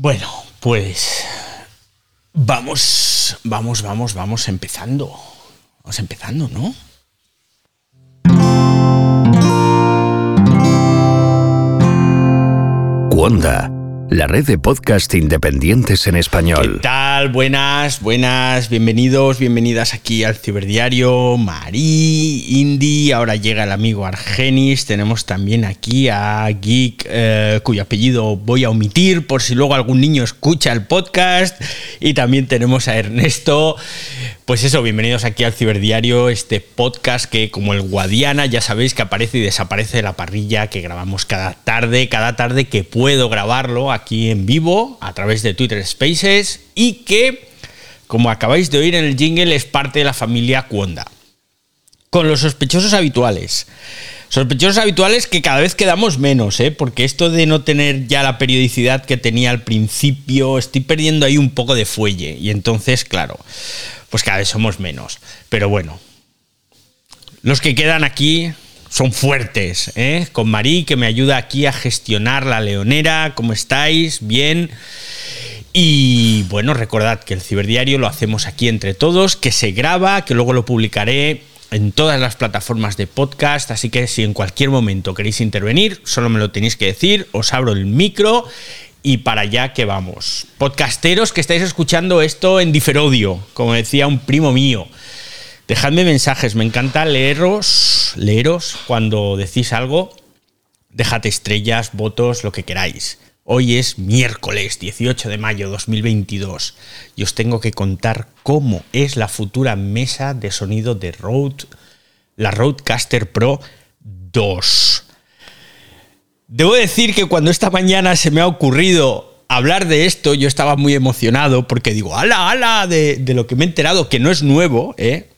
Bueno, pues vamos empezando. Vamos empezando, ¿no? Cuonda, la red de podcast independientes en español. ¿Qué tal? Buenas, bienvenidos, bienvenidas aquí al Ciberdiario. Marí, Indy, ahora llega el amigo Argenis. Tenemos también aquí a Geek, cuyo apellido voy a omitir por si luego algún niño escucha el podcast. Y también tenemos a Ernesto. Pues eso, bienvenidos aquí al Ciberdiario, este podcast que, como el Guadiana, ya sabéis que aparece y desaparece de la parrilla, que grabamos cada tarde que puedo grabarlo aquí en vivo a través de Twitter Spaces, y que, como acabáis de oír en el jingle, es parte de la familia Cuonda. Con los sospechosos habituales que cada vez quedamos menos, porque esto de no tener ya la periodicidad que tenía al principio, estoy perdiendo ahí un poco de fuelle, y entonces, claro, pues cada vez somos menos. Pero bueno, los que quedan aquí son fuertes, con Marí, que me ayuda aquí a gestionar la leonera. ¿Cómo estáis? Bien. Y bueno, recordad que el Ciberdiario lo hacemos aquí entre todos, que se graba, que luego lo publicaré en todas las plataformas de podcast, así que si en cualquier momento queréis intervenir, solo me lo tenéis que decir, os abro el micro y para allá que vamos. Podcasteros que estáis escuchando esto en diferodio, como decía un primo mío, dejadme mensajes, me encanta leeros cuando decís algo, dejad estrellas, votos, lo que queráis. Hoy es miércoles 18 de mayo 2022 y os tengo que contar cómo es la futura mesa de sonido de Rode, la Rodecaster Pro 2. Debo decir que cuando esta mañana se me ha ocurrido hablar de esto, yo estaba muy emocionado porque digo, ¡hala! De lo que me he enterado, que no es nuevo,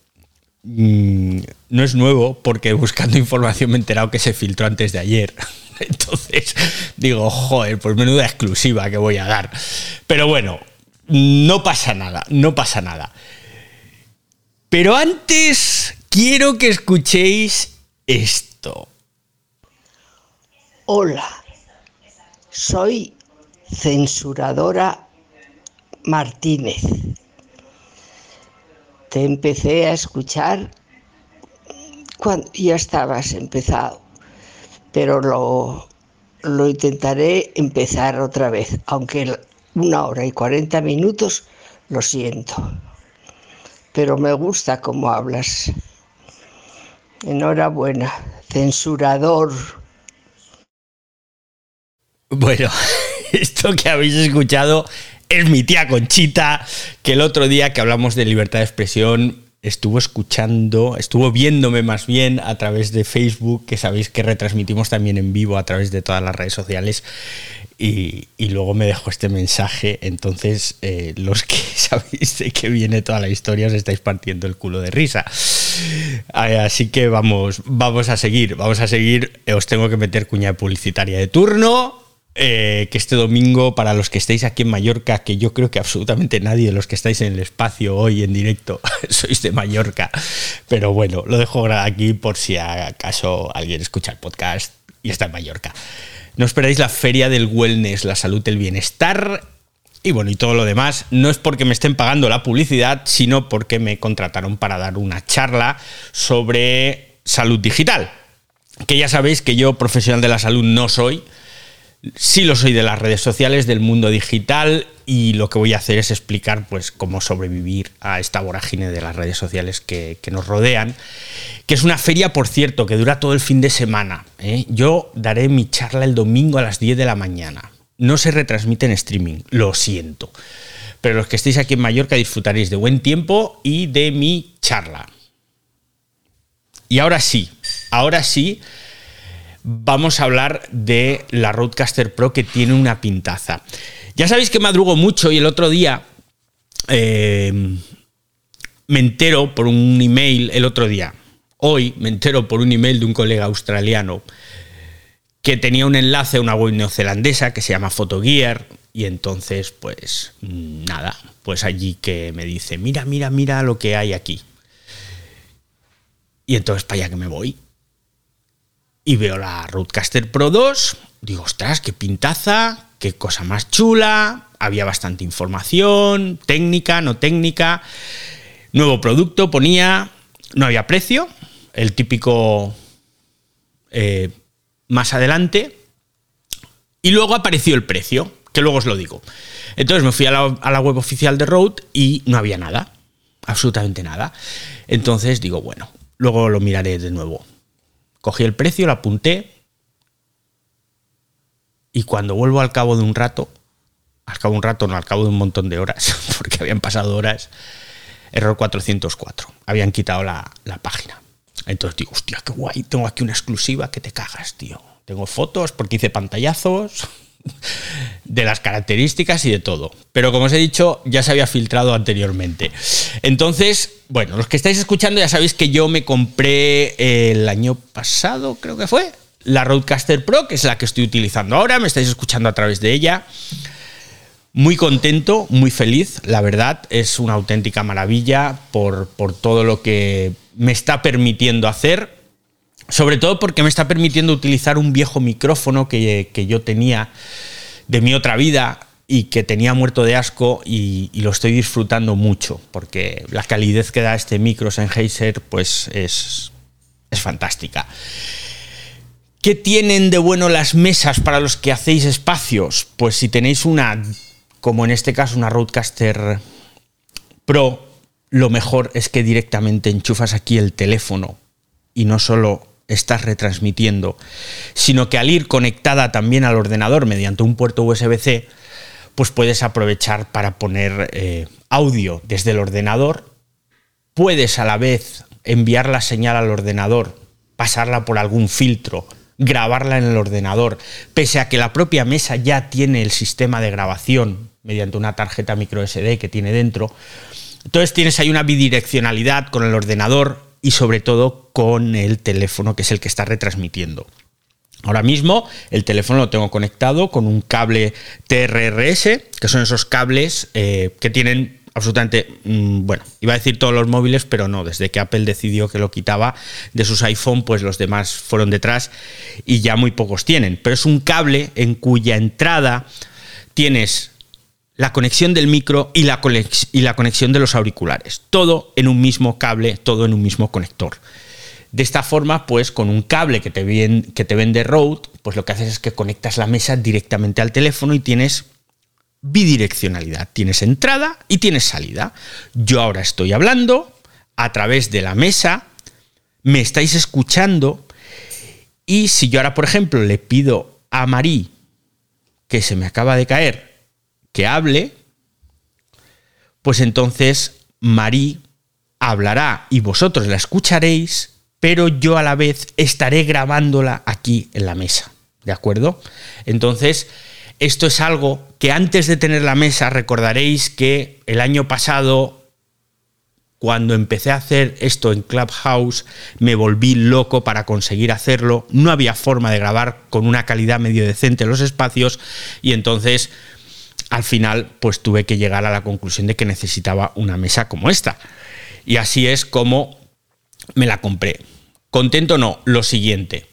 no es nuevo, porque buscando información me he enterado que se filtró antes de ayer. Entonces digo, joder, pues menuda exclusiva que voy a dar. Pero bueno, no pasa nada. Pero antes quiero que escuchéis esto. Hola, soy Censuradora Martínez. Te empecé a escuchar cuando ya estabas empezado, pero lo intentaré empezar otra vez, aunque 1 hora y 40 minutos, lo siento. Pero me gusta cómo hablas. Enhorabuena, censurador. Bueno, esto que habéis escuchado es mi tía Conchita, que el otro día que hablamos de libertad de expresión estuvo viéndome más bien a través de Facebook, que sabéis que retransmitimos también en vivo a través de todas las redes sociales, y luego me dejó este mensaje. Entonces los que sabéis de qué viene toda la historia os estáis partiendo el culo de risa. Así que vamos a seguir. Os tengo que meter cuña publicitaria de turno. Que este domingo, para los que estéis aquí en Mallorca, que yo creo que absolutamente nadie de los que estáis en el espacio hoy en directo sois de Mallorca, pero bueno, lo dejo aquí por si acaso alguien escucha el podcast y está en Mallorca. No esperáis la feria del wellness, la salud, el bienestar y bueno, y todo lo demás. No es porque me estén pagando la publicidad, sino porque me contrataron para dar una charla sobre salud digital, que ya sabéis que yo profesional de la salud no soy. Sí lo soy de las redes sociales, del mundo digital, y lo que voy a hacer es explicar pues cómo sobrevivir a esta vorágine de las redes sociales que nos rodean, que es una feria, por cierto, que dura todo el fin de semana. Yo daré mi charla el domingo a las 10 de la mañana. No se retransmite en streaming, lo siento. Pero los que estéis aquí en Mallorca disfrutaréis de buen tiempo y de mi charla. Y ahora sí, vamos a hablar de la Rodecaster Pro, que tiene una pintaza. Ya sabéis que madrugo mucho y el otro día me entero por un email, hoy me entero por un email de un colega australiano que tenía un enlace a una web neozelandesa que se llama Photogear, y entonces pues nada, pues allí que me dice, mira lo que hay aquí. Y entonces para allá que me voy. Y veo la Rodecaster Pro 2, digo, ostras, qué pintaza, qué cosa más chula, había bastante información, técnica, no técnica, nuevo producto, ponía, no había precio, el típico más adelante, y luego apareció el precio, que luego os lo digo. Entonces me fui a la web oficial de Rode y no había nada, absolutamente nada. Entonces digo, bueno, luego lo miraré de nuevo. Cogí el precio, lo apunté, y cuando vuelvo al cabo de un rato, al cabo de un montón de horas, porque habían pasado horas, error 404, habían quitado la página. Entonces digo, hostia, qué guay, tengo aquí una exclusiva que te cagas, tío. Tengo fotos porque hice pantallazos de las características y de todo. Pero como os he dicho, ya se había filtrado anteriormente. Entonces, bueno, los que estáis escuchando ya sabéis que yo me compré el año pasado, creo que fue, la Rodecaster Pro, que es la que estoy utilizando ahora. Me estáis escuchando a través de ella. Muy contento, muy feliz, la verdad. Es una auténtica maravilla por todo lo que me está permitiendo hacer. Sobre todo porque me está permitiendo utilizar un viejo micrófono que yo tenía de mi otra vida y que tenía muerto de asco, y lo estoy disfrutando mucho porque la calidez que da este micro Sennheiser pues es fantástica. ¿Qué tienen de bueno las mesas para los que hacéis espacios? Pues si tenéis una, como en este caso una Rodecaster Pro, lo mejor es que directamente enchufas aquí el teléfono y no solo estás retransmitiendo, sino que al ir conectada también al ordenador mediante un puerto USB-C, pues puedes aprovechar para poner audio desde el ordenador. Puedes a la vez enviar la señal al ordenador, pasarla por algún filtro, grabarla en el ordenador, pese a que la propia mesa ya tiene el sistema de grabación mediante una tarjeta microSD que tiene dentro. Entonces tienes ahí una bidireccionalidad con el ordenador y sobre todo con el teléfono, que es el que está retransmitiendo. Ahora mismo el teléfono lo tengo conectado con un cable TRRS, que son esos cables que tienen absolutamente, bueno, iba a decir todos los móviles, pero no, desde que Apple decidió que lo quitaba de sus iPhone, pues los demás fueron detrás y ya muy pocos tienen. Pero es un cable en cuya entrada tienes la conexión del micro y la conexión de los auriculares. Todo en un mismo cable, todo en un mismo conector. De esta forma, pues con un cable que te vende Rode, pues lo que haces es que conectas la mesa directamente al teléfono y tienes bidireccionalidad. Tienes entrada y tienes salida. Yo ahora estoy hablando a través de la mesa, me estáis escuchando, y si yo ahora, por ejemplo, le pido a Marí, que se me acaba de caer, que hable, pues entonces Marí hablará y vosotros la escucharéis, pero yo a la vez estaré grabándola aquí en la mesa, ¿de acuerdo? Entonces, esto es algo que antes de tener la mesa, recordaréis que el año pasado, cuando empecé a hacer esto en Clubhouse, me volví loco para conseguir hacerlo. No había forma de grabar con una calidad medio decente en los espacios, y entonces al final pues tuve que llegar a la conclusión de que necesitaba una mesa como esta. Y así es como me la compré. ¿Contento? No, lo siguiente.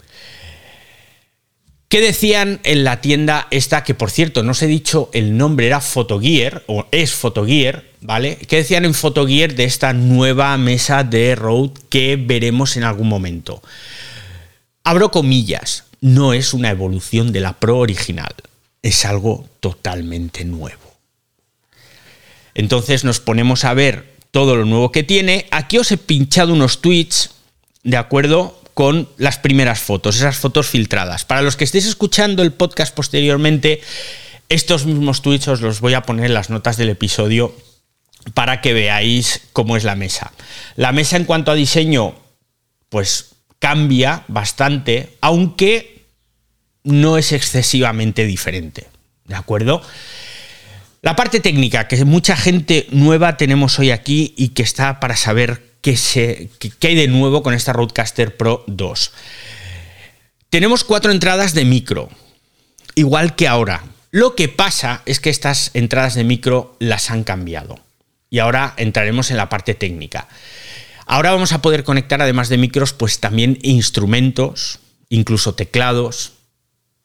¿Qué decían en la tienda esta? Que por cierto, no os he dicho el nombre, era Fotogear, o es Fotogear, ¿vale? ¿Qué decían en Fotogear de esta nueva mesa de Rode que veremos en algún momento? Abro comillas, no es una evolución de la Pro original, es algo totalmente nuevo. Entonces nos ponemos a ver todo lo nuevo que tiene. Aquí os he pinchado unos tweets, ¿de acuerdo?, con las primeras fotos, esas fotos filtradas. Para los que estéis escuchando el podcast posteriormente, estos mismos tweets os los voy a poner en las notas del episodio para que veáis cómo es la mesa. La mesa en cuanto a diseño, pues cambia bastante, aunque no es excesivamente diferente, ¿de acuerdo? La parte técnica, que mucha gente nueva tenemos hoy aquí y que está para saber qué hay de nuevo con esta Rodecaster Pro 2. Tenemos 4 entradas de micro, igual que ahora. Lo que pasa es que estas entradas de micro las han cambiado. Y ahora entraremos en la parte técnica. Ahora vamos a poder conectar, además de micros, pues también instrumentos, incluso teclados,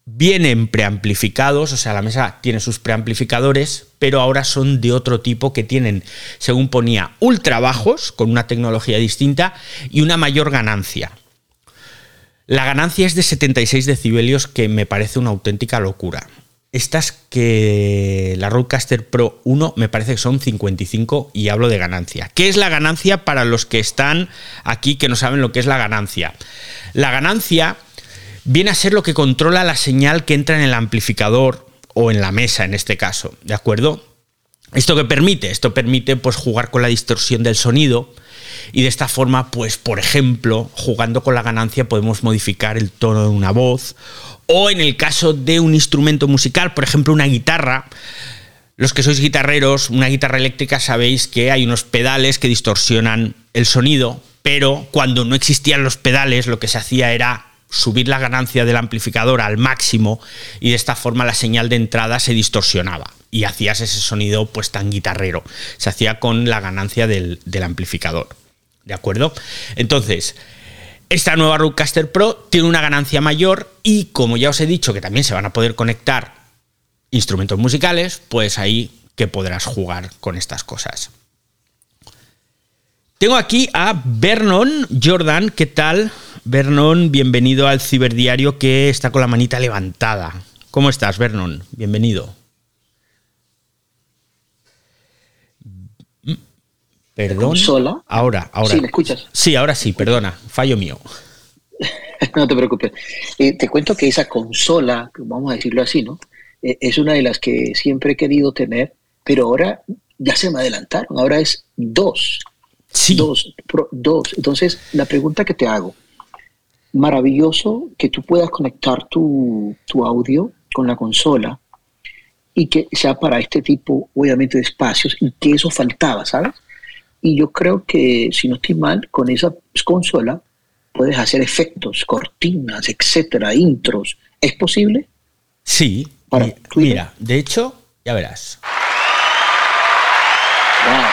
vienen preamplificados, o sea, la mesa tiene sus preamplificadores, pero ahora son de otro tipo que tienen, según ponía, ultra bajos, con una tecnología distinta y una mayor ganancia. La ganancia es de 76 decibelios, que me parece una auténtica locura. Estas que la Rodecaster Pro 1 me parece que son 55 y hablo de ganancia. ¿Qué es la ganancia para los que están aquí que no saben lo que es la ganancia? La ganancia viene a ser lo que controla la señal que entra en el amplificador o en la mesa en este caso, ¿de acuerdo? ¿Esto qué permite? Esto permite pues jugar con la distorsión del sonido y de esta forma, pues por ejemplo, jugando con la ganancia podemos modificar el tono de una voz o en el caso de un instrumento musical, por ejemplo una guitarra. Los que sois guitarreros, una guitarra eléctrica sabéis que hay unos pedales que distorsionan el sonido, pero cuando no existían los pedales lo que se hacía era subir la ganancia del amplificador al máximo y de esta forma la señal de entrada se distorsionaba y hacías ese sonido pues tan guitarrero. Se hacía con la ganancia del amplificador, ¿de acuerdo? Entonces, esta nueva Rodecaster Pro tiene una ganancia mayor y, como ya os he dicho, que también se van a poder conectar instrumentos musicales, pues ahí que podrás jugar con estas cosas. Tengo aquí a Vernon Jordan. ¿Qué tal, Vernon? Bienvenido al Ciberdiario, que está con la manita levantada. ¿Cómo estás, Vernon? Bienvenido. Perdón. ¿Consola? Ahora. Sí, ¿me escuchas? Sí, ahora sí, perdona, fallo mío. No te preocupes. Te cuento que esa consola, vamos a decirlo así, ¿no? Es una de las que siempre he querido tener, pero ahora ya se me adelantaron. Ahora es 2. Sí. 2. Entonces, la pregunta que te hago, maravilloso que tú puedas conectar tu audio con la consola y que sea para este tipo, obviamente, de espacios, y que eso faltaba, ¿sabes? Y yo creo que, si no estoy mal, con esa consola puedes hacer efectos, cortinas, etcétera, intros. ¿Es posible? Sí. Mira, de hecho, ya verás. Wow.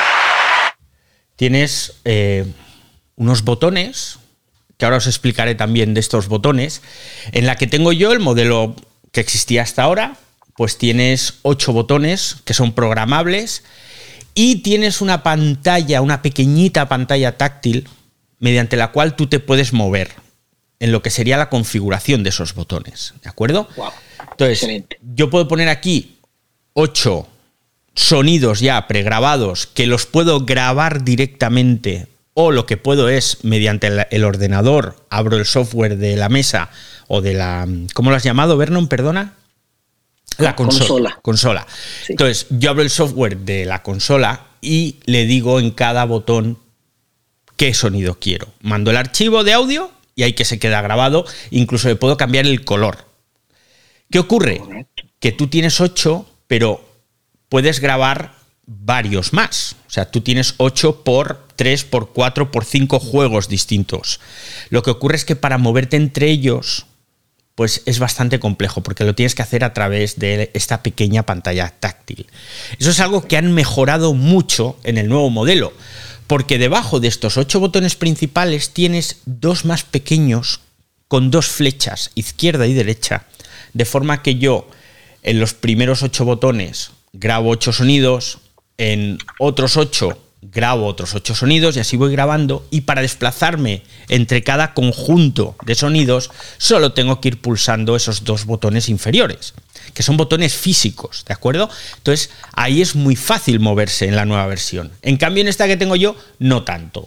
Tienes unos botones, que ahora os explicaré también de estos botones. En la que tengo yo el modelo que existía hasta ahora, pues tienes 8 botones que son programables y tienes una pantalla, una pequeñita pantalla táctil mediante la cual tú te puedes mover en lo que sería la configuración de esos botones, ¿de acuerdo? Wow. Entonces, excelente. Yo puedo poner aquí 8 sonidos ya pregrabados que los puedo grabar directamente, o lo que puedo es, mediante el ordenador, abro el software de la mesa o de la... ¿Cómo lo has llamado, Vernon? Perdona. La consola. Sí. Entonces, yo abro el software de la consola y le digo en cada botón qué sonido quiero. Mando el archivo de audio y ahí que se queda grabado. Incluso le puedo cambiar el color. ¿Qué ocurre? Correcto. Que tú tienes 8, pero puedes grabar varios más. O sea, tú tienes 8 por 3, por 4, por 5 juegos distintos. Lo que ocurre es que para moverte entre ellos, pues es bastante complejo, porque lo tienes que hacer a través de esta pequeña pantalla táctil. Eso es algo que han mejorado mucho en el nuevo modelo, porque debajo de estos 8 botones principales tienes 2 más pequeños con 2 flechas, izquierda y derecha, de forma que yo en los primeros 8 botones grabo 8 sonidos, en otros 8 grabo otros 8 sonidos y así voy grabando, y para desplazarme entre cada conjunto de sonidos solo tengo que ir pulsando esos 2 botones inferiores, que son botones físicos, ¿de acuerdo? Entonces ahí es muy fácil moverse en la nueva versión. En cambio en esta que tengo yo, no tanto.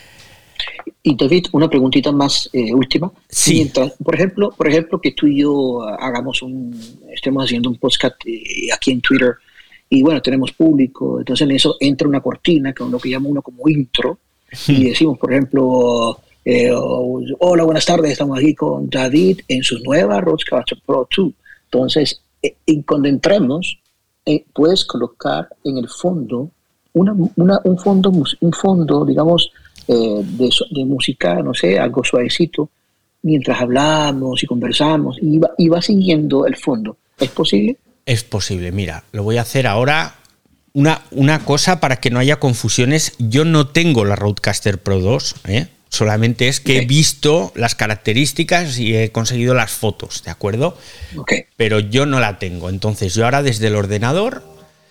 Y David, una preguntita más última. Sí. Mientras, por ejemplo, que tú y yo estemos haciendo un podcast aquí en Twitter, y bueno, tenemos público, entonces en eso entra una cortina, que es lo que llama uno como intro, y decimos, por ejemplo, hola, buenas tardes, estamos aquí con David en su nueva Rodecaster Pro 2. Entonces, y cuando entremos, puedes colocar en el fondo un fondo, digamos, de música, no sé, algo suavecito, mientras hablamos y conversamos, y va siguiendo el fondo. ¿Es posible? Es posible, mira, lo voy a hacer ahora. Una cosa para que no haya confusiones: yo no tengo la Rodecaster Pro 2, Solamente es que he visto las características y he conseguido las fotos, ¿de acuerdo? Okay. Pero yo no la tengo. Entonces yo ahora desde el ordenador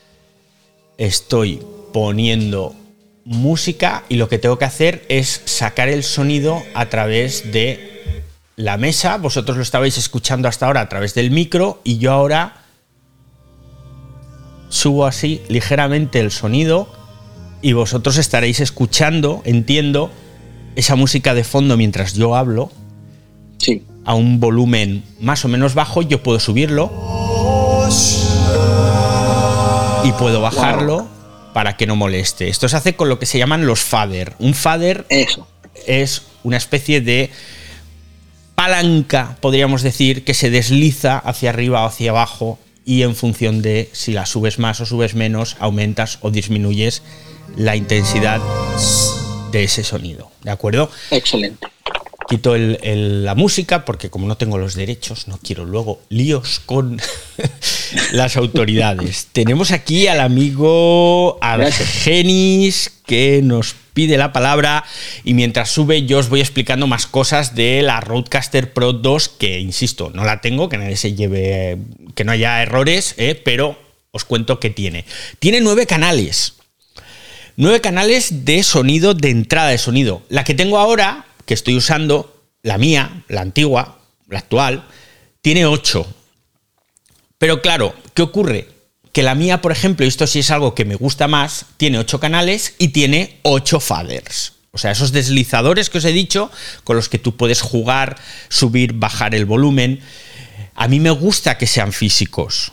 estoy poniendo música y lo que tengo que hacer es sacar el sonido a través de la mesa. Vosotros lo estabais escuchando hasta ahora a través del micro y yo ahora subo así ligeramente el sonido y vosotros estaréis escuchando, entiendo, esa música de fondo mientras yo hablo. Sí. A un volumen más o menos bajo. Yo puedo subirlo y puedo bajarlo para que no moleste. Esto se hace con lo que se llaman los fader. Un fader es una especie de palanca, podríamos decir, que se desliza hacia arriba o hacia abajo y en función de si la subes más o subes menos, aumentas o disminuyes la intensidad de ese sonido, ¿de acuerdo? Excelente. Quito la música porque como no tengo los derechos, no quiero luego líos con las autoridades. Tenemos aquí al amigo Argenis que nos pide la palabra y mientras sube yo os voy explicando más cosas de la Rodecaster Pro 2 que, insisto, no la tengo, que nadie se lleve, que no haya errores, pero os cuento que tiene. Tiene 9 canales. 9 canales de sonido, de entrada de sonido. La que tengo ahora, que estoy usando, la mía, la antigua, la actual, tiene 8. Pero claro, ¿qué ocurre? Que la mía, por ejemplo, y esto sí es algo que me gusta más, tiene 8 canales y tiene 8 faders. O sea, esos deslizadores que os he dicho, con los que tú puedes jugar, subir, bajar el volumen. A mí me gusta que sean físicos.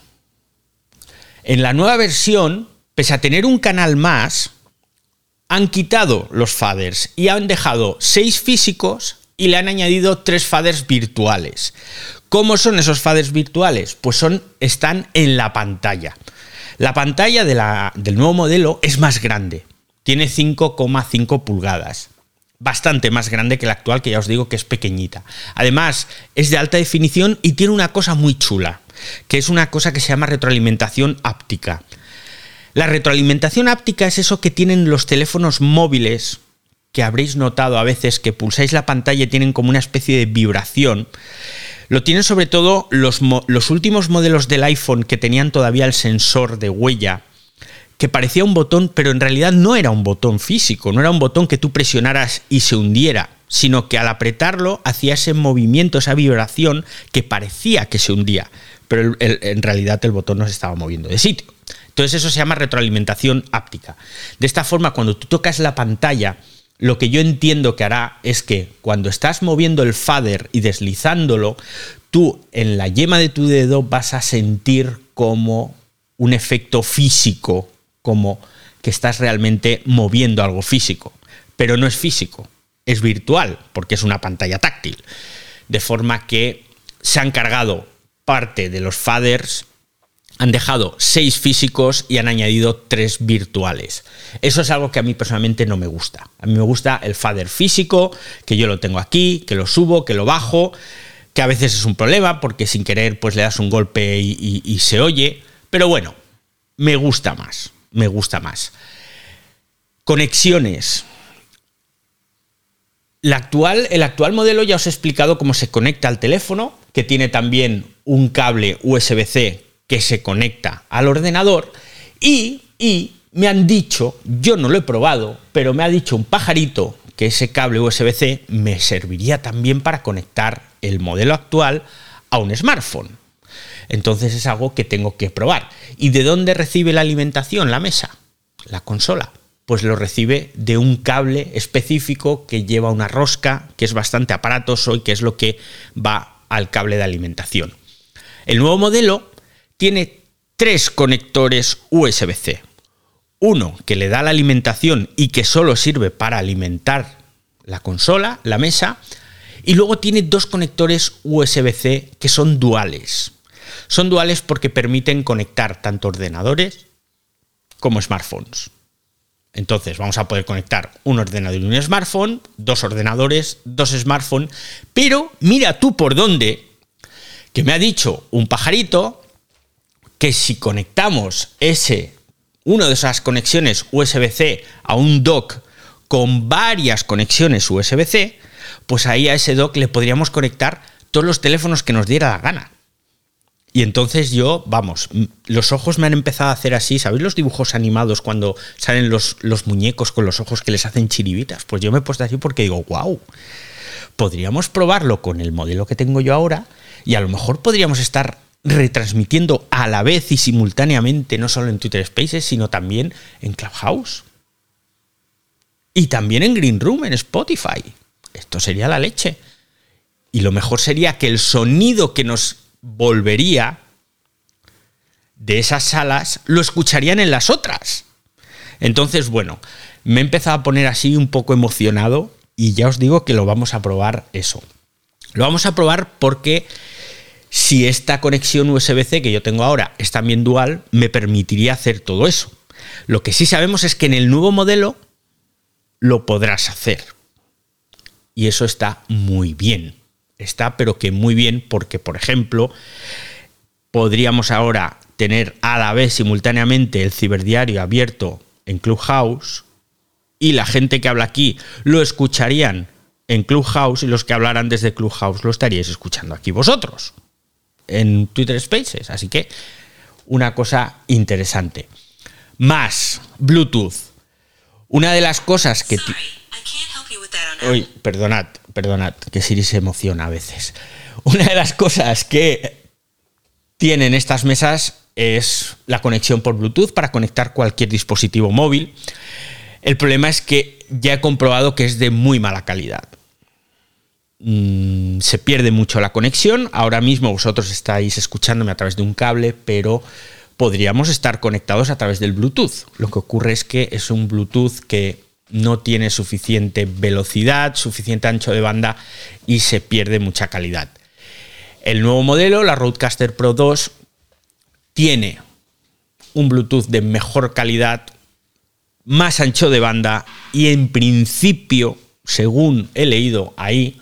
En la nueva versión, pese a tener un canal más, han quitado los faders y han dejado 6 físicos y le han añadido 3 faders virtuales. ¿Cómo son esos faders virtuales? Pues están en la pantalla. La pantalla del nuevo modelo es más grande. Tiene 5,5 pulgadas. Bastante más grande que la actual, que ya os digo que es pequeñita. Además, es de alta definición y tiene una cosa muy chula, que es una cosa que se llama retroalimentación áptica. La retroalimentación áptica es eso que tienen los teléfonos móviles, que habréis notado a veces que pulsáis la pantalla y tienen como una especie de vibración. Lo tienen sobre todo los últimos modelos del iPhone que tenían todavía el sensor de huella, que parecía un botón, pero en realidad no era un botón físico, no era un botón que tú presionaras y se hundiera, sino que al apretarlo hacía ese movimiento, esa vibración que parecía que se hundía, pero en realidad el botón no se estaba moviendo de sitio. Entonces eso se llama retroalimentación áptica. De esta forma, cuando tú tocas la pantalla, lo que yo entiendo que hará es que cuando estás moviendo el fader y deslizándolo, tú en la yema de tu dedo vas a sentir como un efecto físico, como que estás realmente moviendo algo físico. Pero no es físico, es virtual, porque es una pantalla táctil. De forma que se han cargado parte de los faders, han dejado 6 físicos y han añadido 3 virtuales. Eso es algo que a mí personalmente no me gusta. A mí me gusta el fader físico, que yo lo tengo aquí, que lo subo, que lo bajo, que a veces es un problema porque sin querer pues le das un golpe y se oye. Pero bueno, me gusta más. Conexiones. El actual modelo ya os he explicado cómo se conecta al teléfono, que tiene también un cable USB-C que se conecta al ordenador y me han dicho, yo no lo he probado, pero me ha dicho un pajarito que ese cable USB-C me serviría también para conectar el modelo actual a un smartphone. Entonces es algo que tengo que probar. ¿Y de dónde recibe la alimentación la mesa? La consola. Pues lo recibe de un cable específico que lleva una rosca, que es bastante aparatoso y que es lo que va al cable de alimentación. El nuevo modelo tiene 3 conectores USB-C. Uno que le da la alimentación y que solo sirve para alimentar la consola, la mesa, y luego tiene 2 conectores USB-C que son duales. Son duales porque permiten conectar tanto ordenadores como smartphones. Entonces vamos a poder conectar un ordenador y un smartphone, 2 ordenadores, 2 smartphones, pero mira tú por dónde, que me ha dicho un pajarito que si conectamos una de esas conexiones USB-C a un dock con varias conexiones USB-C, pues ahí a ese dock le podríamos conectar todos los teléfonos que nos diera la gana. Y entonces yo, vamos, los ojos me han empezado a hacer así. ¿Sabéis los dibujos animados cuando salen los muñecos con los ojos que les hacen chiribitas? Pues yo me he puesto así porque digo, wow, podríamos probarlo con el modelo que tengo yo ahora y a lo mejor podríamos estar retransmitiendo a la vez y simultáneamente, no solo en Twitter Spaces, sino también en Clubhouse. Y también en Green Room, en Spotify. Esto sería la leche. Y lo mejor sería que el sonido que nos volvería de esas salas lo escucharían en las otras. Entonces, bueno, me he empezado a poner así un poco emocionado y ya os digo que lo vamos a probar eso. Lo vamos a probar porque si esta conexión USB-C que yo tengo ahora es también dual, me permitiría hacer todo eso. Lo que sí sabemos es que en el nuevo modelo lo podrás hacer. Y eso está muy bien. Está, pero que muy bien, porque, por ejemplo, podríamos ahora tener a la vez simultáneamente el ciberdiario abierto en Clubhouse y la gente que habla aquí lo escucharían en Clubhouse y los que hablaran desde Clubhouse lo estaríais escuchando aquí vosotros en Twitter Spaces. Así que una cosa interesante. Más Bluetooth. Una de las cosas que... Uy, perdonad, que Siri se emociona a veces. Una de las cosas que tienen estas mesas es la conexión por Bluetooth para conectar cualquier dispositivo móvil. El problema es que ya he comprobado que es de muy mala calidad. Se pierde mucho la conexión. Ahora mismo vosotros estáis escuchándome a través de un cable, pero podríamos estar conectados a través del Bluetooth. Lo que ocurre es que es un Bluetooth que no tiene suficiente velocidad, suficiente ancho de banda y se pierde mucha calidad. El nuevo modelo, la Rodecaster Pro 2, tiene un Bluetooth de mejor calidad, más ancho de banda y en principio, según he leído ahí,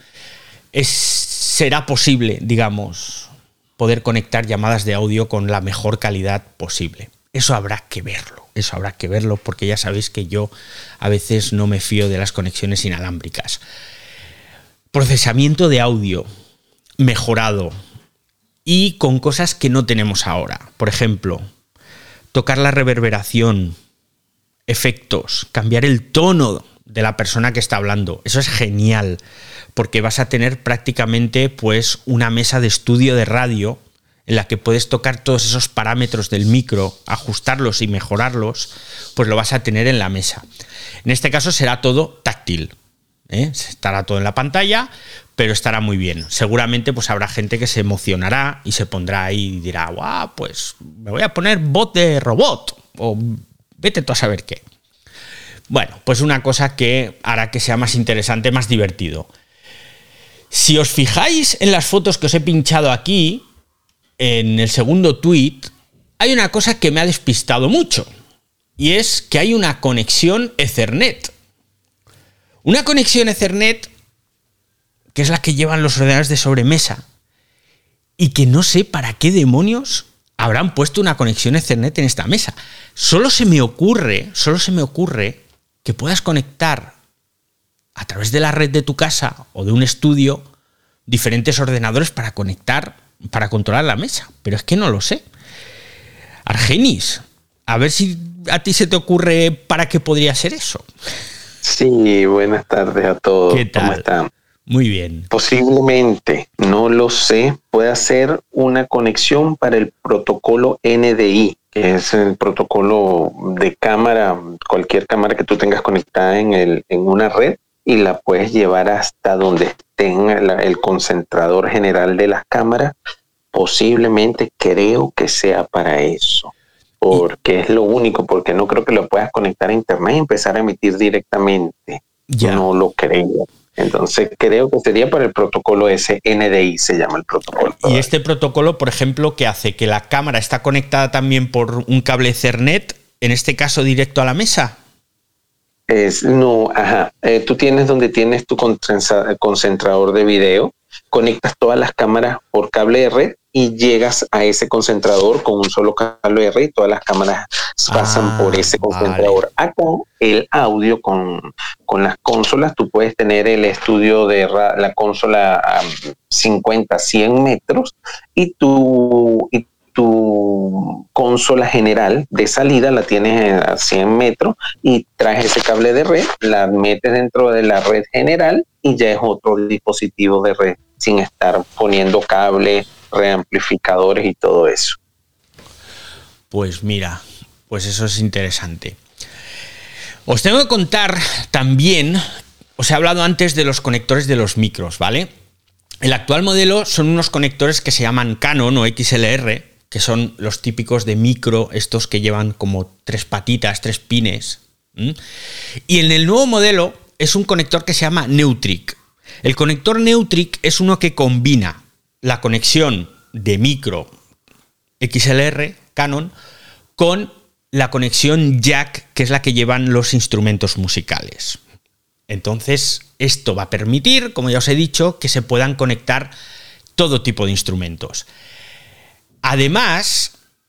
será posible, digamos, poder conectar llamadas de audio con la mejor calidad posible. Eso habrá que verlo, porque ya sabéis que yo a veces no me fío de las conexiones inalámbricas. Procesamiento de audio mejorado y con cosas que no tenemos ahora. Por ejemplo, tocar la reverberación, efectos, cambiar el tono de la persona que está hablando. Eso es genial, porque vas a tener prácticamente pues una mesa de estudio de radio en la que puedes tocar todos esos parámetros del micro, ajustarlos y mejorarlos, pues lo vas a tener en la mesa. En este caso será todo táctil, estará todo en la pantalla, pero estará muy bien. Seguramente pues habrá gente que se emocionará y se pondrá ahí y dirá, guau, pues me voy a poner voz de robot, o vete tú a saber qué. Bueno, pues una cosa que hará que sea más interesante, más divertido. Si os fijáis en las fotos que os he pinchado aquí, en el segundo tweet, hay una cosa que me ha despistado mucho, y es que hay una conexión Ethernet. Una conexión Ethernet que es la que llevan los ordenadores de sobremesa, y que no sé para qué demonios habrán puesto una conexión Ethernet en esta mesa. Solo se me ocurre que puedas conectar a través de la red de tu casa o de un estudio diferentes ordenadores para controlar la mesa, pero es que no lo sé. Argenis, a ver si a ti se te ocurre para qué podría ser eso. Sí, buenas tardes a todos. ¿Qué tal? ¿Cómo están? Muy bien. Posiblemente, no lo sé, puede ser una conexión para el protocolo NDI, que es el protocolo de cámara, cualquier cámara que tú tengas conectada en una red, y la puedes llevar hasta donde esté el concentrador general de las cámaras. Posiblemente creo que sea para eso, porque es lo único, porque no creo que lo puedas conectar a internet y empezar a emitir directamente. Ya. No lo creo. Entonces creo que sería para el protocolo ese, NDI se llama el protocolo. Y este protocolo, por ejemplo, que hace que la cámara está conectada también por un cable Ethernet, en este caso directo a la mesa. Tú tienes donde tienes tu concentrador de video, conectas todas las cámaras por cable de red y llegas a ese concentrador con un solo cable de red y todas las cámaras pasan por ese concentrador. Vale. Acá el audio con las consolas, tú puedes tener el estudio de la consola a 50, 100 metros y tu consola general de salida la tienes a 100 metros y traes ese cable de red, la metes dentro de la red general y ya es otro dispositivo de red sin estar poniendo cable, reamplificadores y todo eso. Pues mira, pues eso es interesante. Os tengo que contar también, os he hablado antes de los conectores de los micros, ¿vale? El actual modelo son unos conectores que se llaman Canon o XLR, que son los típicos de micro, estos que llevan como 3 patitas, 3 pines. Y en el nuevo modelo es un conector que se llama Neutric. El conector Neutric es uno que combina la conexión de micro XLR Canon con la conexión jack, que es la que llevan los instrumentos musicales. Entonces, esto va a permitir, como ya os he dicho, que se puedan conectar todo tipo de instrumentos. Además,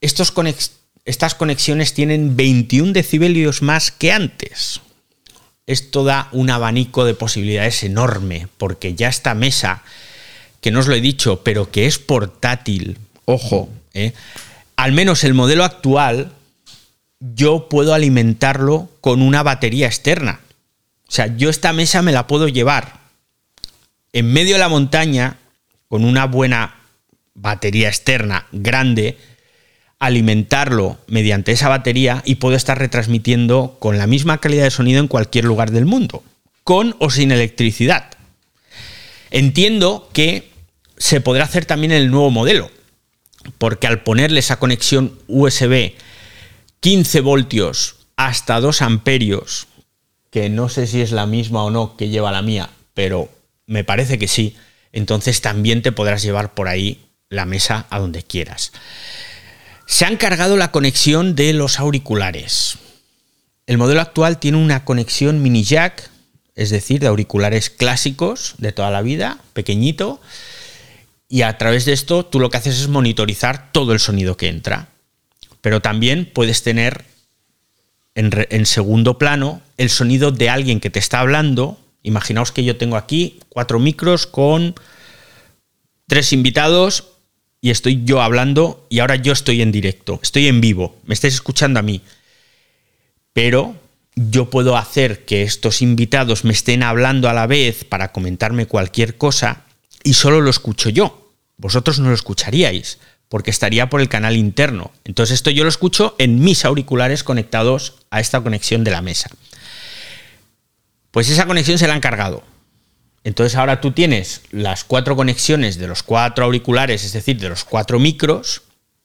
estas conexiones tienen 21 decibelios más que antes. Esto da un abanico de posibilidades enorme, porque ya esta mesa, que no os lo he dicho, pero que es portátil, ojo, al menos el modelo actual, yo puedo alimentarlo con una batería externa. O sea, yo esta mesa me la puedo llevar en medio de la montaña con una buena batería externa grande, alimentarlo mediante esa batería y puedo estar retransmitiendo con la misma calidad de sonido en cualquier lugar del mundo, con o sin electricidad. Entiendo que se podrá hacer también en el nuevo modelo, porque al ponerle esa conexión USB 15 voltios hasta 2 amperios, que no sé si es la misma o no que lleva la mía, pero me parece que sí, entonces también te podrás llevar por ahí la mesa a donde quieras. Se han cargado la conexión de los auriculares. El modelo actual tiene una conexión mini jack, es decir, de auriculares clásicos de toda la vida, pequeñito, y a través de esto tú lo que haces es monitorizar todo el sonido que entra. Pero también puedes tener en segundo plano el sonido de alguien que te está hablando. Imaginaos que yo tengo aquí 4 micros con 3 invitados y estoy yo hablando y ahora yo estoy en directo, estoy en vivo, me estáis escuchando a mí. Pero yo puedo hacer que estos invitados me estén hablando a la vez para comentarme cualquier cosa y solo lo escucho yo. Vosotros no lo escucharíais porque estaría por el canal interno. Entonces esto yo lo escucho en mis auriculares conectados a esta conexión de la mesa. Pues esa conexión se la han cargado. Entonces ahora tú tienes las 4 conexiones de los 4 auriculares, es decir, de los 4 micros,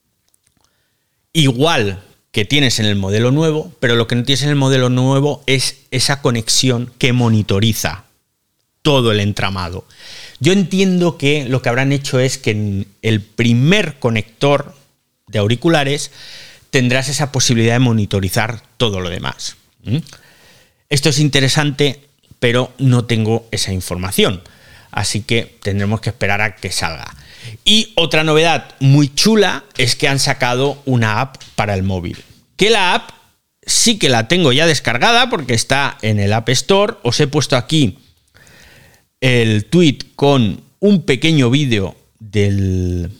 igual que tienes en el modelo nuevo, pero lo que no tienes en el modelo nuevo es esa conexión que monitoriza todo el entramado. Yo entiendo que lo que habrán hecho es que en el primer conector de auriculares tendrás esa posibilidad de monitorizar todo lo demás. Esto es interesante, pero no tengo esa información, así que tendremos que esperar a que salga. Y otra novedad muy chula es que han sacado una app para el móvil, que la app sí que la tengo ya descargada porque está en el App Store. Os he puesto aquí el tweet con un pequeño vídeo del...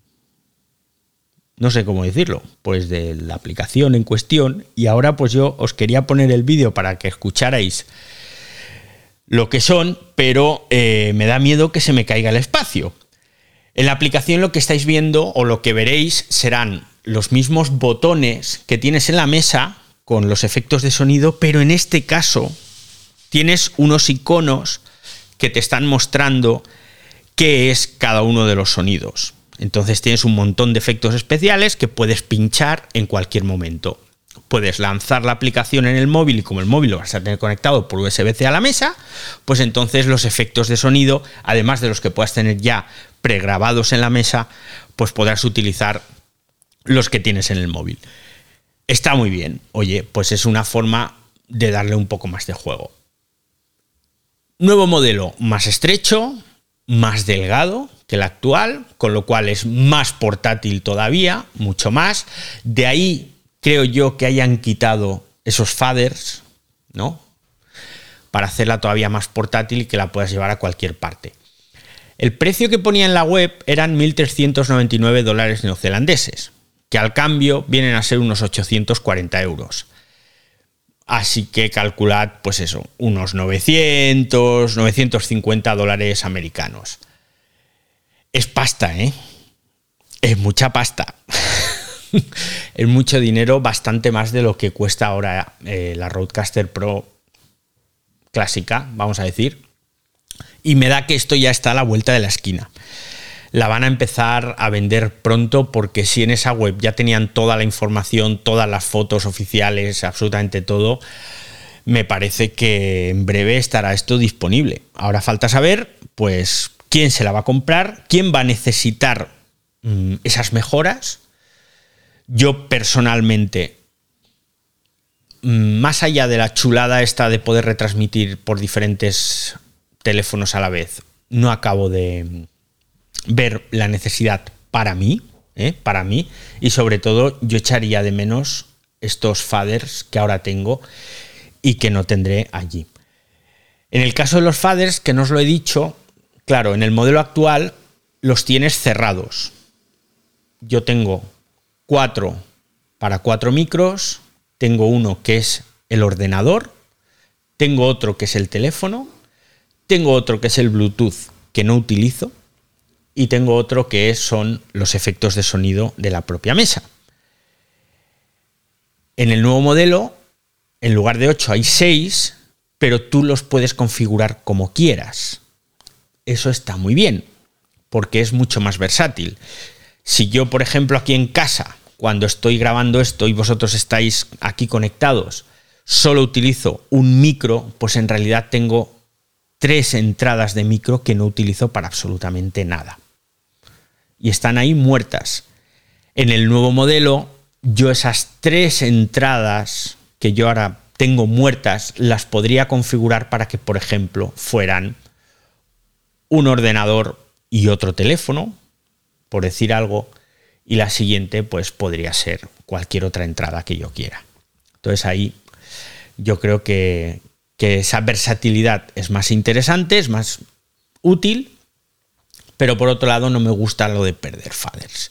no sé cómo decirlo, pues de la aplicación en cuestión, y ahora pues yo os quería poner el vídeo para que escucharais lo que son, pero me da miedo que se me caiga el espacio. En la aplicación lo que estáis viendo o lo que veréis serán los mismos botones que tienes en la mesa con los efectos de sonido, pero en este caso tienes unos iconos que te están mostrando qué es cada uno de los sonidos. Entonces tienes un montón de efectos especiales que puedes pinchar en cualquier momento. Puedes lanzar la aplicación en el móvil y como el móvil lo vas a tener conectado por USB-C a la mesa, pues entonces los efectos de sonido, además de los que puedas tener ya pregrabados en la mesa, pues podrás utilizar los que tienes en el móvil. Está muy bien. Oye, pues es una forma de darle un poco más de juego. Nuevo modelo más estrecho, más delgado que el actual, con lo cual es más portátil todavía, mucho más. De ahí creo yo que hayan quitado esos faders, ¿no? Para hacerla todavía más portátil y que la puedas llevar a cualquier parte. El precio que ponía en la web eran $1.399 neozelandeses, que al cambio vienen a ser unos 840 euros. Así que calculad, pues eso, unos 950 dólares americanos. Es pasta, ¿eh? Es mucha pasta. Es mucho dinero, bastante más de lo que cuesta ahora la Rodecaster Pro clásica, vamos a decir. Y me da que esto ya está a la vuelta de la esquina. La van a empezar a vender pronto, porque si en esa web ya tenían toda la información, todas las fotos oficiales, absolutamente todo, me parece que en breve estará esto disponible. Ahora falta saber, pues, quién se la va a comprar, quién va a necesitar esas mejoras. Yo personalmente, más allá de la chulada esta de poder retransmitir por diferentes teléfonos a la vez, no acabo de ver la necesidad para mí, y sobre todo yo echaría de menos estos faders que ahora tengo y que no tendré allí. En el caso de los faders, que no os lo he dicho, claro, en el modelo actual los tienes cerrados. Yo tengo 4 para 4 micros, tengo uno que es el ordenador, tengo otro que es el teléfono, tengo otro que es el Bluetooth, que no utilizo, y tengo otro que son los efectos de sonido de la propia mesa. En el nuevo modelo, en lugar de 8 hay 6, pero tú los puedes configurar como quieras. Eso está muy bien, porque es mucho más versátil. Si yo, por ejemplo, aquí en casa, cuando estoy grabando esto y vosotros estáis aquí conectados, solo utilizo un micro, pues en realidad tengo 3 entradas de micro que no utilizo para absolutamente nada. Y están ahí muertas. En el nuevo modelo, yo esas 3 entradas que yo ahora tengo muertas, las podría configurar para que, por ejemplo, fueran un ordenador y otro teléfono, por decir algo, y la siguiente pues podría ser cualquier otra entrada que yo quiera. Entonces ahí yo creo que esa versatilidad es más interesante, es más útil, pero por otro lado no me gusta lo de perder faders.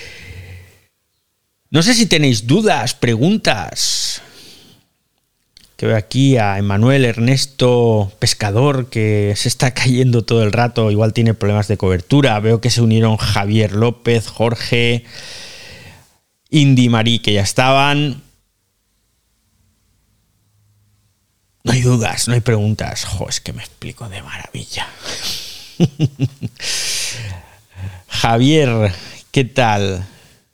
No sé si tenéis dudas, preguntas. Que veo aquí a Emanuel Ernesto Pescador, que se está cayendo todo el rato, igual tiene problemas de cobertura. Veo que se unieron Javier López, Jorge, Indy, Marí, que ya estaban. No hay dudas, no hay preguntas. Es que me explico de maravilla. Javier, ¿qué tal?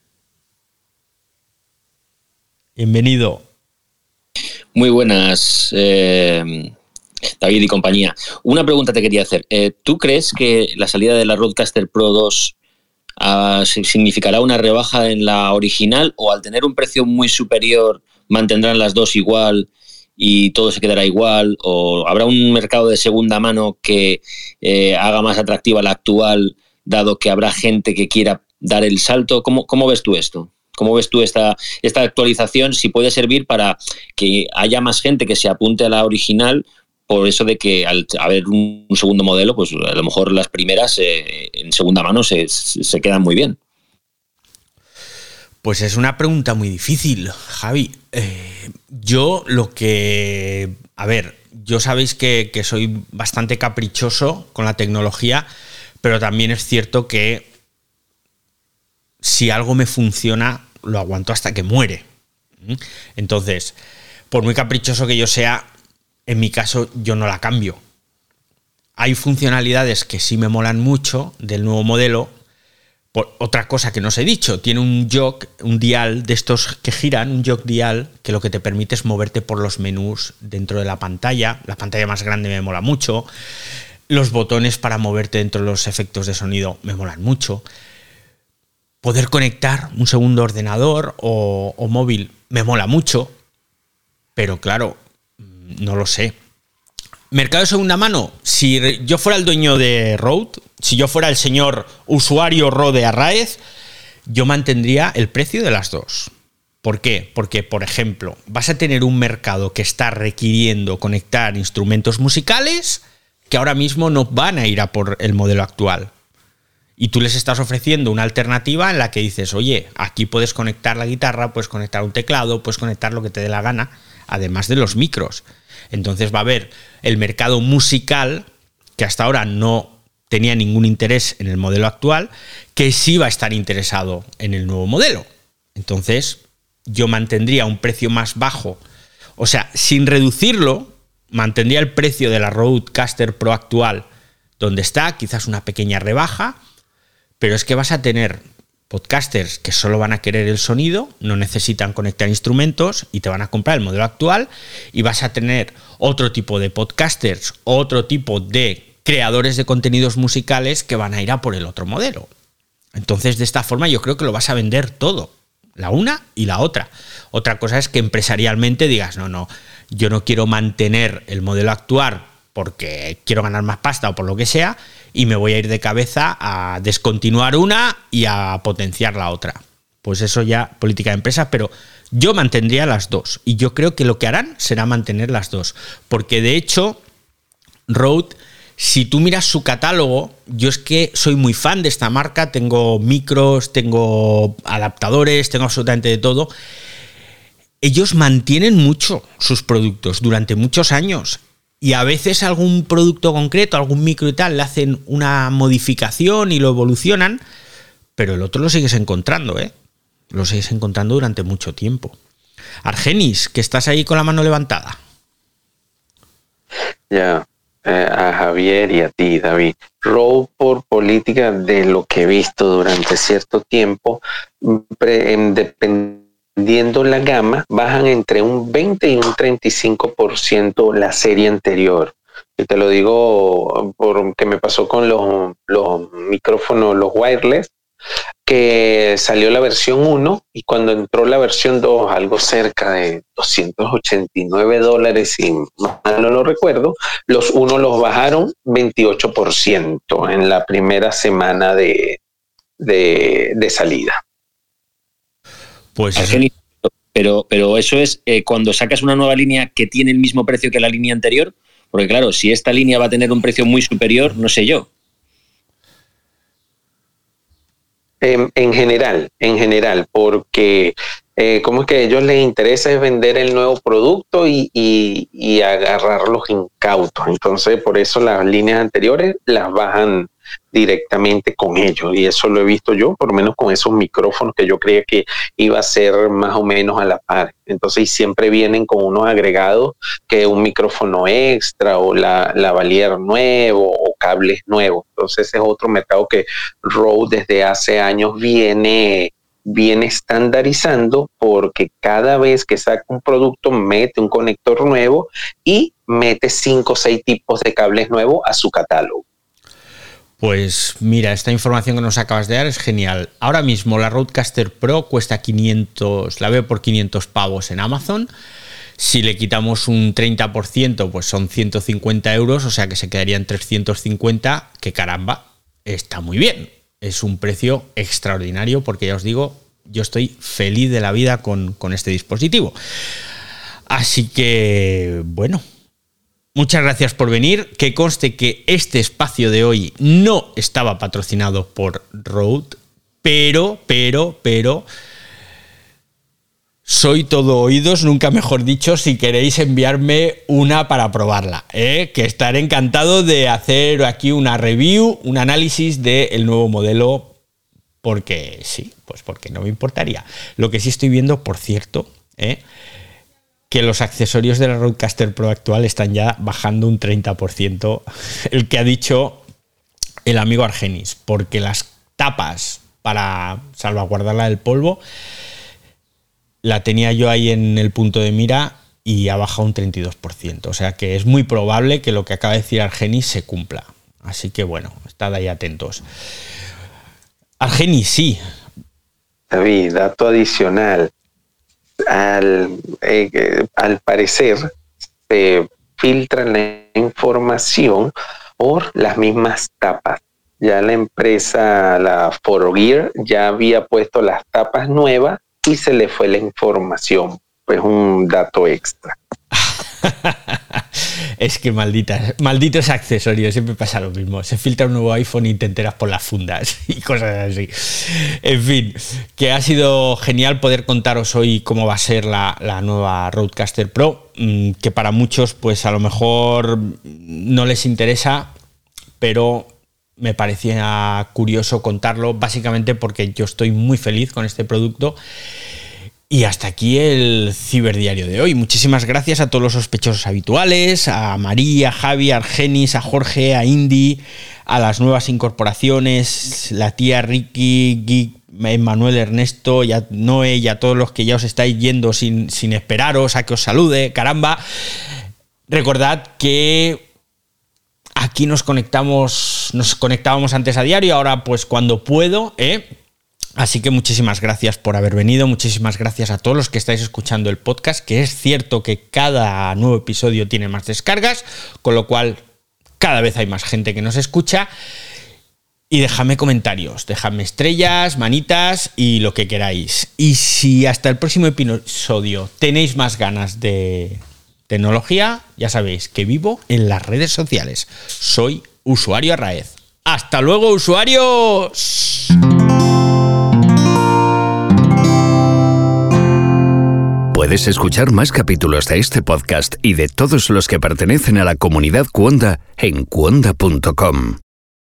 Bienvenido. Muy buenas, David y compañía. Una pregunta te quería hacer. ¿Tú crees que la salida de la Rodecaster Pro 2 significará una rebaja en la original, o al tener un precio muy superior mantendrán las dos igual y todo se quedará igual, o habrá un mercado de segunda mano que haga más atractiva la actual, dado que habrá gente que quiera dar el salto? ¿Cómo ves tú esto? ¿Cómo ves tú esta actualización? Si puede servir para que haya más gente que se apunte a la original, por eso de que al haber un segundo modelo, pues a lo mejor las primeras en segunda mano se quedan muy bien. Pues es una pregunta muy difícil, Javi. Yo lo que... A ver, yo sabéis que soy bastante caprichoso con la tecnología, pero también es cierto que si algo me funciona, lo aguanto hasta que muere. Entonces, por muy caprichoso que yo sea, en mi caso yo no la cambio. Hay funcionalidades que sí me molan mucho del nuevo modelo. Por otra cosa que no os he dicho, tiene un jog, un dial de estos que giran, un jog dial, que lo que te permite es moverte por los menús dentro de la pantalla. La pantalla más grande me mola mucho. Los botones para moverte dentro de los efectos de sonido me molan mucho. Poder conectar un segundo ordenador o móvil me mola mucho, pero claro, no lo sé. mercado de segunda mano, si yo fuera el dueño de Rode, si yo fuera el señor usuario Rode Arraez, yo mantendría el precio de las dos. ¿Por qué? Porque, por ejemplo, vas a tener un mercado que está requiriendo conectar instrumentos musicales que ahora mismo no van a ir a por el modelo actual. Y tú les estás ofreciendo una alternativa en la que dices, oye, aquí puedes conectar la guitarra, puedes conectar un teclado, puedes conectar lo que te dé la gana, además de los micros. Entonces va a haber el mercado musical, que hasta ahora no tenía ningún interés en el modelo actual, que sí va a estar interesado en el nuevo modelo. Entonces yo mantendría un precio más bajo, o sea, sin reducirlo, mantendría el precio de la Rodecaster Pro actual donde está, quizás una pequeña rebaja, pero es que vas a tener podcasters que solo van a querer el sonido, no necesitan conectar instrumentos y te van a comprar el modelo actual, y vas a tener otro tipo de podcasters, otro tipo de creadores de contenidos musicales que van a ir a por el otro modelo. Entonces, de esta forma yo creo que lo vas a vender todo, la una y la otra. Otra cosa es que empresarialmente digas, no, yo no quiero mantener el modelo actual porque quiero ganar más pasta o por lo que sea, y me voy a ir de cabeza a descontinuar una y a potenciar la otra. Pues eso ya, política de empresa, pero yo mantendría las dos. Y yo creo que lo que harán será mantener las dos. Porque de hecho, Rode, si tú miras su catálogo, yo es que soy muy fan de esta marca, tengo micros, tengo adaptadores, tengo absolutamente de todo. Ellos mantienen mucho sus productos durante muchos años. Y a veces algún producto concreto, algún micro y tal, le hacen una modificación y lo evolucionan, pero el otro lo sigues encontrando, ¿eh? Lo sigues encontrando durante mucho tiempo. Argenis, que estás ahí con la mano levantada. Ya, a Javier y a ti, David. Rode, por política de lo que he visto durante cierto tiempo, dependiendo la gama, bajan entre un 20 y un 35% la serie anterior. Y te lo digo porque me pasó con los micrófonos, los wireless, que salió la versión 1 y cuando entró la versión 2, algo cerca de $289, si mal no lo recuerdo, los 1 los bajaron 28% en la primera semana de salida. Pues pero eso es cuando sacas una nueva línea que tiene el mismo precio que la línea anterior, porque claro, si esta línea va a tener un precio muy superior, no sé yo. En general, porque como es que a ellos les interesa es vender el nuevo producto y agarrarlos incautos. Entonces, por eso las líneas anteriores las bajan directamente con ellos. Y eso lo he visto yo, por lo menos con esos micrófonos que yo creía que iba a ser más o menos a la par. Entonces, y siempre vienen con unos agregados, que un micrófono extra o la lavalier nuevo o cables nuevos. Entonces, ese es otro mercado que Rode desde hace años viene estandarizando, porque cada vez que saca un producto mete un conector nuevo y mete 5 o 6 tipos de cables nuevos a su catálogo. Pues mira, esta información que nos acabas de dar es genial. Ahora mismo la Rodecaster Pro cuesta 500, la veo por 500 pavos en Amazon. Si le quitamos un 30%, pues son 150 euros, o sea que se quedaría en 350, que caramba, está muy bien. Es un precio extraordinario porque ya os digo, yo estoy feliz de la vida con este dispositivo. Así que, bueno, muchas gracias por venir. Que conste que este espacio de hoy no estaba patrocinado por Rode, pero soy todo oídos, nunca mejor dicho, si queréis enviarme una para probarla, que estaré encantado de hacer aquí una review, un análisis del nuevo modelo, porque sí, pues porque no me importaría. Lo que sí estoy viendo, por cierto, que los accesorios de la Rodecaster Pro actual están ya bajando un 30%, el que ha dicho el amigo Argenis, porque las tapas para salvaguardarla del polvo la tenía yo ahí en el punto de mira y ha bajado un 32%. O sea que es muy probable que lo que acaba de decir Argenis se cumpla. Así que bueno, estad ahí atentos. Argenis, sí. David, dato adicional. Al parecer, filtran la información por las mismas tapas. Ya la empresa, la Forgear, ya había puesto las tapas nuevas y se le fue la información. Pues un dato extra. Es que malditos accesorios, siempre pasa lo mismo. Se filtra un nuevo iPhone y te enteras por las fundas y cosas así. En fin, que ha sido genial poder contaros hoy cómo va a ser la nueva Rodecaster Pro, que para muchos pues a lo mejor no les interesa, pero me parecía curioso contarlo, básicamente porque yo estoy muy feliz con este producto. Y hasta aquí el ciberdiario de hoy. Muchísimas gracias a todos los sospechosos habituales, a María, a Javi, a Argenis, a Jorge, a Indy, a las nuevas incorporaciones, la tía Ricky, Geek, Manuel, Ernesto, y a Noé y a todos los que ya os estáis yendo sin esperaros a que os salude. Caramba, recordad que aquí nos conectábamos antes a diario, ahora pues cuando puedo, Así que muchísimas gracias por haber venido, muchísimas gracias a todos los que estáis escuchando el podcast, que es cierto que cada nuevo episodio tiene más descargas, con lo cual cada vez hay más gente que nos escucha. Y dejadme comentarios, dejadme estrellas, manitas y lo que queráis. Y si hasta el próximo episodio tenéis más ganas de tecnología, ya sabéis que vivo en las redes sociales. Soy Usuario Arraez. ¡Hasta luego, usuarios! Puedes escuchar más capítulos de este podcast y de todos los que pertenecen a la comunidad Cuonda en cuonda.com.